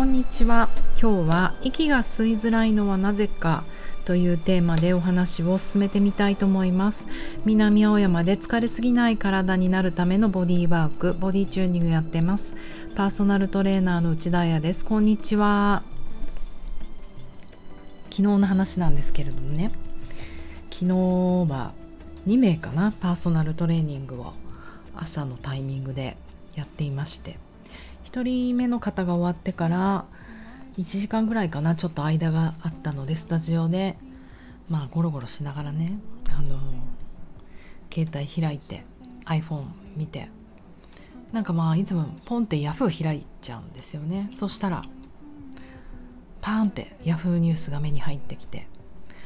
んにちは。今日は息が吸いづらいのはなぜかというテーマでお話を進めてみたいと思います。南青山で疲れすぎない体になるためのボディワーク、ボディチューニングやってます。パーソナルトレーナーの内田彩です。こんにちは。昨日の話なんですけれどもね、昨日は2名かな、パーソナルトレーニングを朝のタイミングでやっていまして、1人目の方が終わってから1時間ぐらいかな、ちょっと間があったので、スタジオでゴロゴロしながらね、携帯開いて iPhone 見て、いつもポンってヤフー開いちゃうんですよね。そしたらパーンってヤフーニュースが目に入ってきて、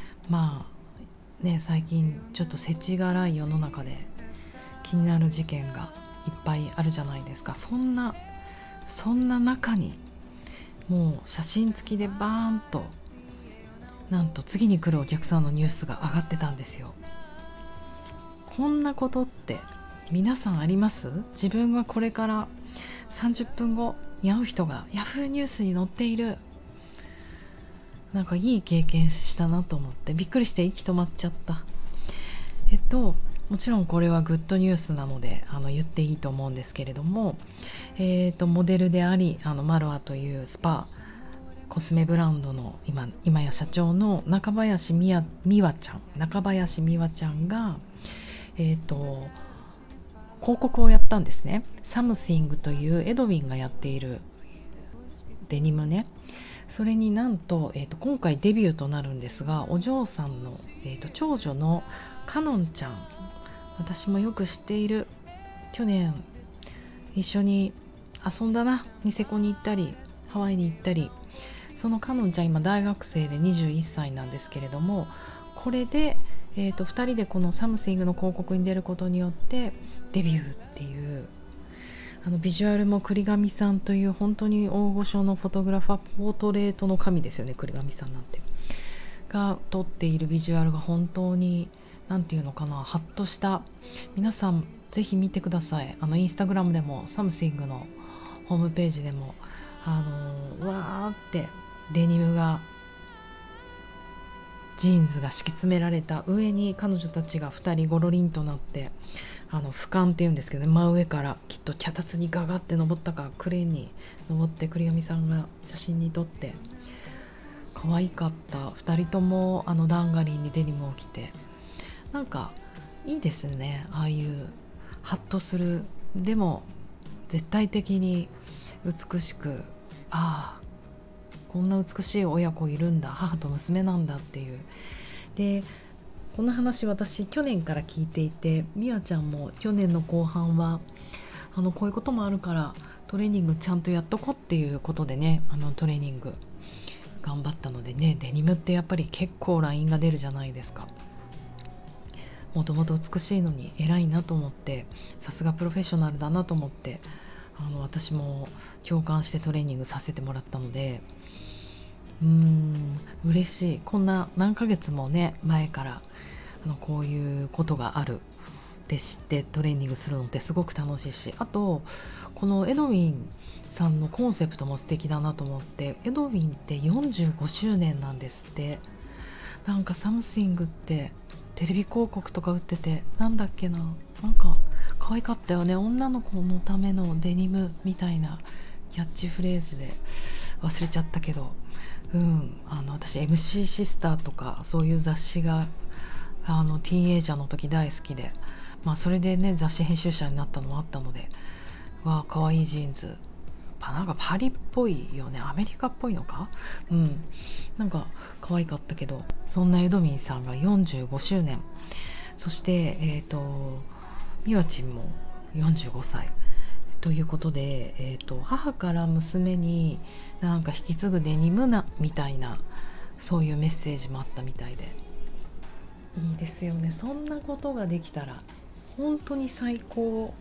最近ちょっと世知辛い世の中で気になる事件がいっぱいあるじゃないですか。そんな中にもう写真付きでバーンと、なんと次に来るお客さんのニュースが上がってたんですよ。こんなことって皆さんあります？自分はこれから30分後に会う人がヤフーニュースに載っている、いい経験したなと思ってびっくりして息止まっちゃった。もちろんこれはグッドニュースなので言っていいと思うんですけれども、モデルでありマロアというスパコスメブランドの今や社長の中林美和ちゃんが、広告をやったんですね。サムシングというエドウィンがやっているデニムね。それになんと、今回デビューとなるんですが、お嬢さんの、長女のかのんちゃん、私もよく知っている。去年一緒に遊んだな。ニセコに行ったりハワイに行ったり。そのかのんちゃん今大学生で21歳なんですけれども、これで、2人でこのサムシングの広告に出ることによってデビューっていう、ビジュアルも栗上さんという本当に大御所のフォトグラファー、ポートレートの神ですよね。栗上さんなんてが撮っているビジュアルが本当にハッとした。皆さんぜひ見てください。インスタグラムでもサムシングのホームページでもわーってデニムが、ジーンズが敷き詰められた上に彼女たちが2人ゴロリンとなって、俯瞰っていうんですけど、真上からきっと脚立にガガって登ったか、クレーンに登って栗上さんが写真に撮って、可愛かった。2人ともダンガリーにデニムを着て、いいですね。ああいうハッとする、でも絶対的に美しく、こんな美しい親子いるんだ、母と娘なんだっていう。でこの話私去年から聞いていて、みわちゃんも去年の後半はこういうこともあるからトレーニングちゃんとやっとこっていうことでね、トレーニング頑張ったのでね。デニムってやっぱり結構ラインが出るじゃないですか。もともと美しいのに偉いなと思って、さすがプロフェッショナルだなと思って、私も共感してトレーニングさせてもらったので、嬉しい。こんな何ヶ月もね前からこういうことがあるって知ってトレーニングするのってすごく楽しいし、あとこのエドウィンさんのコンセプトも素敵だなと思って。エドウィンって45周年なんですって。サムシングってテレビ広告とか売ってて、可愛かったよね。女の子のためのデニムみたいなキャッチフレーズで忘れちゃったけど、私 MC シスターとかそういう雑誌がティーンエイジャーの時大好きで、それでね雑誌編集者になったのもあったので、可愛いジーンズ、パリっぽいよね。アメリカっぽいのか、可愛かったけど、そんなエドウィンさんが45周年、そしてみわちんも45歳ということで、母から娘に引き継ぐデニムなみたいな、そういうメッセージもあったみたいで、いいですよね。そんなことができたら本当に最高。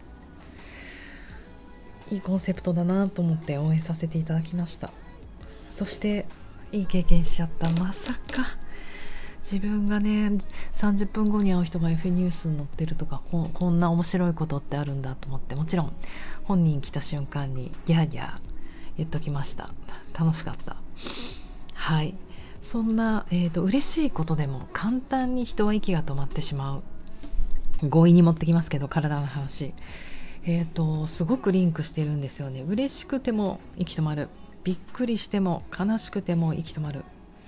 いいコンセプトだなと思って応援させていただきました。そしていい経験しちゃった。まさか自分がね30分後に会う人が F ニュースに載ってるとか、こんな面白いことってあるんだと思って、もちろん本人来た瞬間にギャーギャー言っときました。楽しかった。はい、そんな、嬉しいことでも簡単に人は息が止まってしまう。強引に持ってきますけど、体の話、すごくリンクしてるんですよね。嬉しくても息止まる、びっくりしても悲しくても息止まる。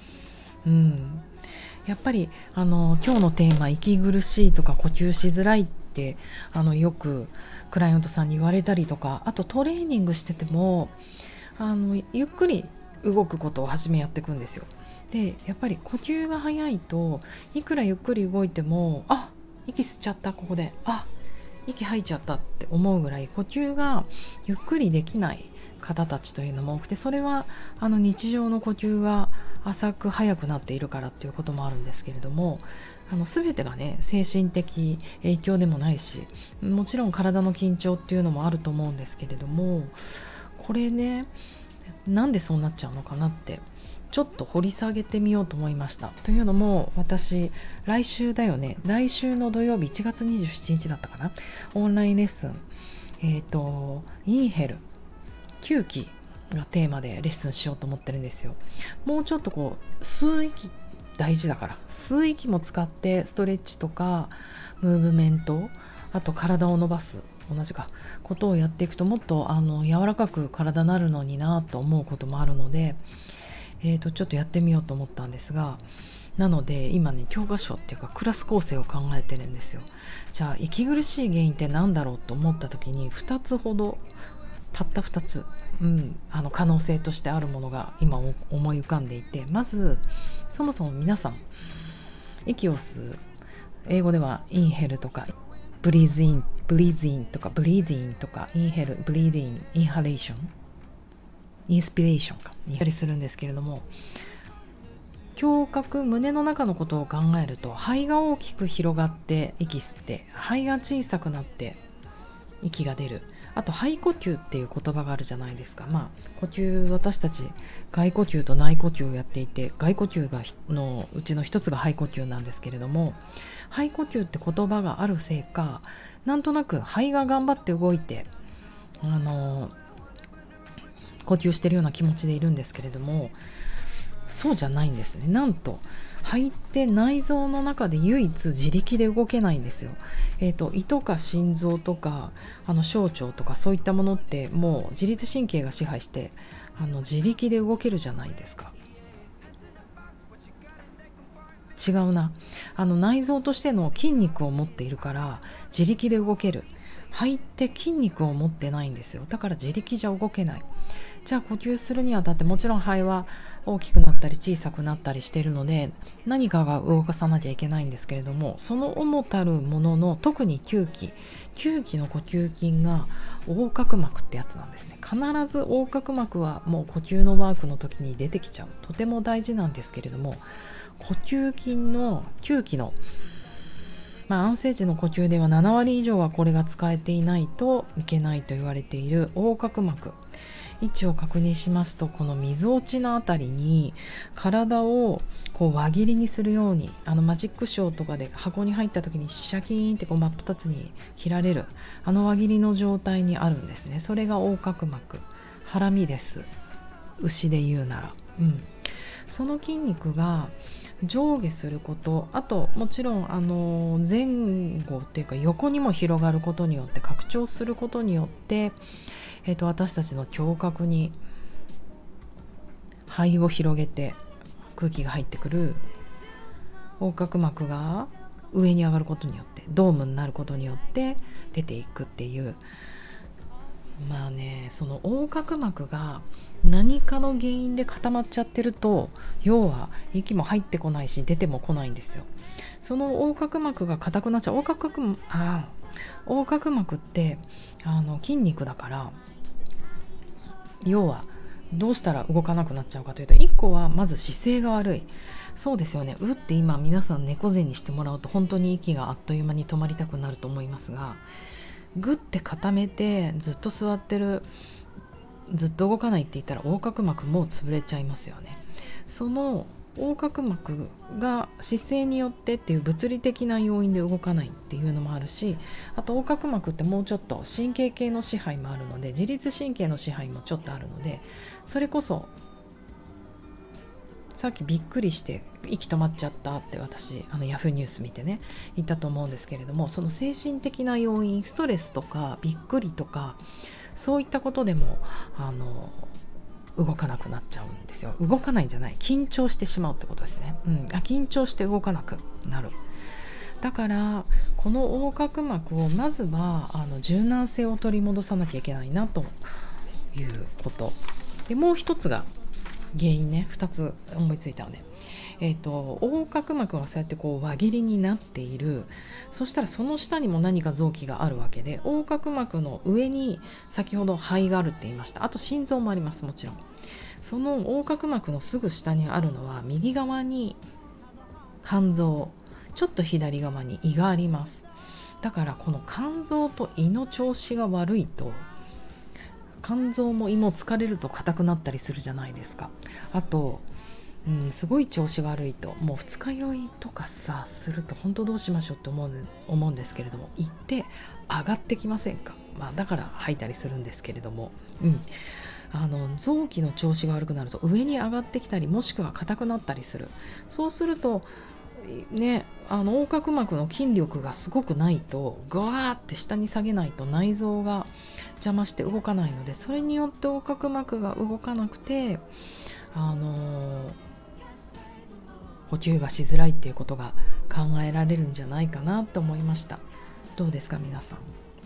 やっぱり今日のテーマ、息苦しいとか呼吸しづらいってよくクライアントさんに言われたりとか、あとトレーニングしててもゆっくり動くことを初めやっていくんですよ。でやっぱり呼吸が早いといくらゆっくり動いても息吸っちゃった、ここで息吐いちゃったって思うぐらい呼吸がゆっくりできない方たちというのも多くて、それは日常の呼吸が浅く速くなっているからっていうこともあるんですけれども、全てがね精神的影響でもないし、もちろん体の緊張っていうのもあると思うんですけれども、これねなんでそうなっちゃうのかなってちょっと掘り下げてみようと思いました。というのも私来週だよね、来週の土曜日1月27日だったかな、オンラインレッスンインヘル吸気がテーマでレッスンしようと思ってるんですよ。もうちょっと吸う息大事だから、吸う息も使ってストレッチとかムーブメント、あと体を伸ばす同じことをやっていくと、もっと柔らかく体になるのになと思うこともあるので、ちょっとやってみようと思ったんですが、なので今ね教科書っていうかクラス構成を考えてるんですよ。じゃあ息苦しい原因って何だろうと思った時に2つほど、たった2つ、可能性としてあるものが今思い浮かんでいて、まずそもそも皆さん息を吸う、英語ではインヘルとかブリーズインとかブリーディンとかインヘルブリーディンインハレーションインスピレーションか言ったりするんですけれども、胸郭胸の中のことを考えると肺が大きく広がって息吸って、肺が小さくなって息が出る。あと肺呼吸っていう言葉があるじゃないですか。呼吸、私たち外呼吸と内呼吸をやっていて、外呼吸のうちの一つが肺呼吸なんですけれども、肺呼吸って言葉があるせいか、なんとなく肺が頑張って動いて呼吸してるような気持ちでいるんですけれども、そうじゃないんですね。なんと肺って内臓の中で唯一自力で動けないんですよ。胃とか心臓とか小腸とかそういったものってもう自律神経が支配して自力で動けるじゃないですか。違うな、内臓としての筋肉を持っているから自力で動ける。肺って筋肉を持ってないんですよ。だから自力じゃ動けない。じゃあ呼吸するにあたってもちろん肺は大きくなったり小さくなったりしているので何かが動かさなきゃいけないんですけれども、その主たるものの特に吸気の呼吸筋が横隔膜ってやつなんですね。必ず横隔膜はもう呼吸のワークの時に出てきちゃう、とても大事なんですけれども、呼吸筋の吸気の安静時の呼吸では7割以上はこれが使えていないといけないと言われている横隔膜、位置を確認しますと、このみぞおちのあたりに体を輪切りにするように、マジックショーとかで箱に入った時にシャキーンって真っ二つに切られる輪切りの状態にあるんですね。それが横隔膜、ハラミです。牛で言うなら、その筋肉が上下すること、あともちろん前後っていうか横にも広がることによって、拡張することによって私たちの胸郭に肺を広げて空気が入ってくる横隔膜が上に上がることによって、ドームになることによって出ていくっていう、その横隔膜が何かの原因で固まっちゃってると、要は息も入ってこないし出ても来ないんですよ。その横隔膜が硬くなっちゃう。横隔膜って筋肉だから、要はどうしたら動かなくなっちゃうかというと、1個はまず姿勢が悪い。そうですよね。って今皆さん猫背にしてもらうと本当に息があっという間に止まりたくなると思いますが、グッて固めてずっと座ってる、ずっと動かないって言ったら横隔膜も潰れちゃいますよね。その横隔膜が姿勢によってっていう物理的な要因で動かないっていうのもあるし、あと横隔膜ってもうちょっと神経系の支配もあるので、自律神経の支配もちょっとあるので、それこそさっきびっくりして息止まっちゃったって私ヤフーニュース見てね言ったと思うんですけれども、その精神的な要因、ストレスとかびっくりとかそういったことでも動かなくなっちゃうんですよ。動かないんじゃない、緊張してしまうってことですね。緊張して動かなくなる。だからこの横隔膜をまずは柔軟性を取り戻さなきゃいけないなということで、もう一つが原因ね、2つ思いついたので、横隔膜がそうやってこう輪切りになっている。そしたらその下にも何か臓器があるわけで、横隔膜の上に先ほど肺があるって言いました。あと心臓もあります。もちろんその横隔膜のすぐ下にあるのは右側に肝臓、ちょっと左側に胃があります。だからこの肝臓と胃の調子が悪いと、肝臓も胃も疲れると硬くなったりするじゃないですか。あと、すごい調子が悪いと、もう二日酔いとかさすると本当どうしましょうって思うんですけれども、胃って上がってきませんか。だから吐いたりするんですけれども、臓器の調子が悪くなると上に上がってきたり、もしくは硬くなったりする。そうするとね、横隔膜の筋力がすごくないと、グワーって下に下げないと内臓が邪魔して動かないので、それによって横隔膜が動かなくて呼吸がしづらいっていうことが考えられるんじゃないかなと思いました。どうですか皆さん。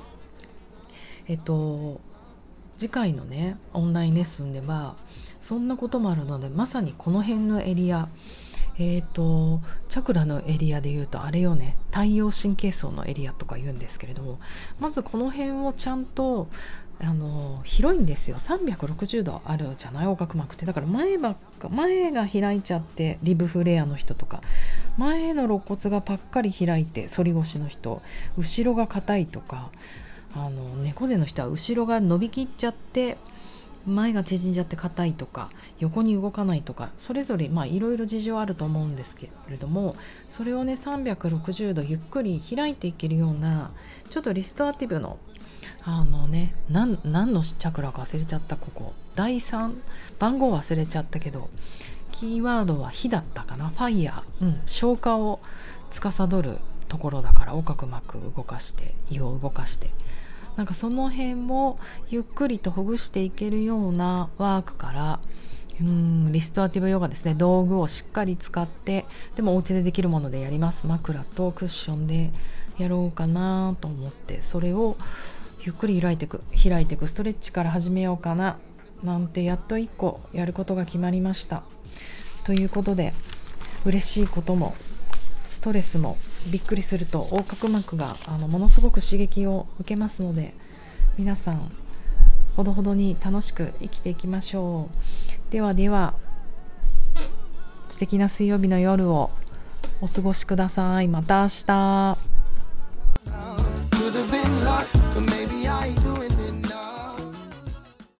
次回のねオンラインレッスンではそんなこともあるので、まさにこの辺のエリア、チャクラのエリアでいうとあれよね、太陽神経層のエリアとか言うんですけれども、まずこの辺をちゃんと広いんですよ。360度あるじゃない横隔膜って。だから前が開いちゃって、リブフレアの人とか前の肋骨がパッカリ開いて反り腰の人、後ろが硬いとか、猫背の人は後ろが伸びきっちゃって前が縮んじゃって硬いとか、横に動かないとか、それぞれいろいろ事情あると思うんですけれども、それをね360度ゆっくり開いていけるような、ちょっとリストアティブの何のチャクラか忘れちゃった。ここ第3番号忘れちゃったけど、キーワードは火だったかな。ファイヤー、消化を司るところだから、横隔膜動かして胃を動かして、なんかその辺もゆっくりとほぐしていけるようなワークから、リストアティブヨガですね。道具をしっかり使って、でもお家でできるものでやります。枕とクッションでやろうかなと思って、それをゆっくり開いていくストレッチから始めようかななんて、やっと1個やることが決まりました。ということで、嬉しいこともストレスもびっくりすると横隔膜がものすごく刺激を受けますので、皆さんほどほどに楽しく生きていきましょう。ではでは、素敵な水曜日の夜をお過ごしください。また明日。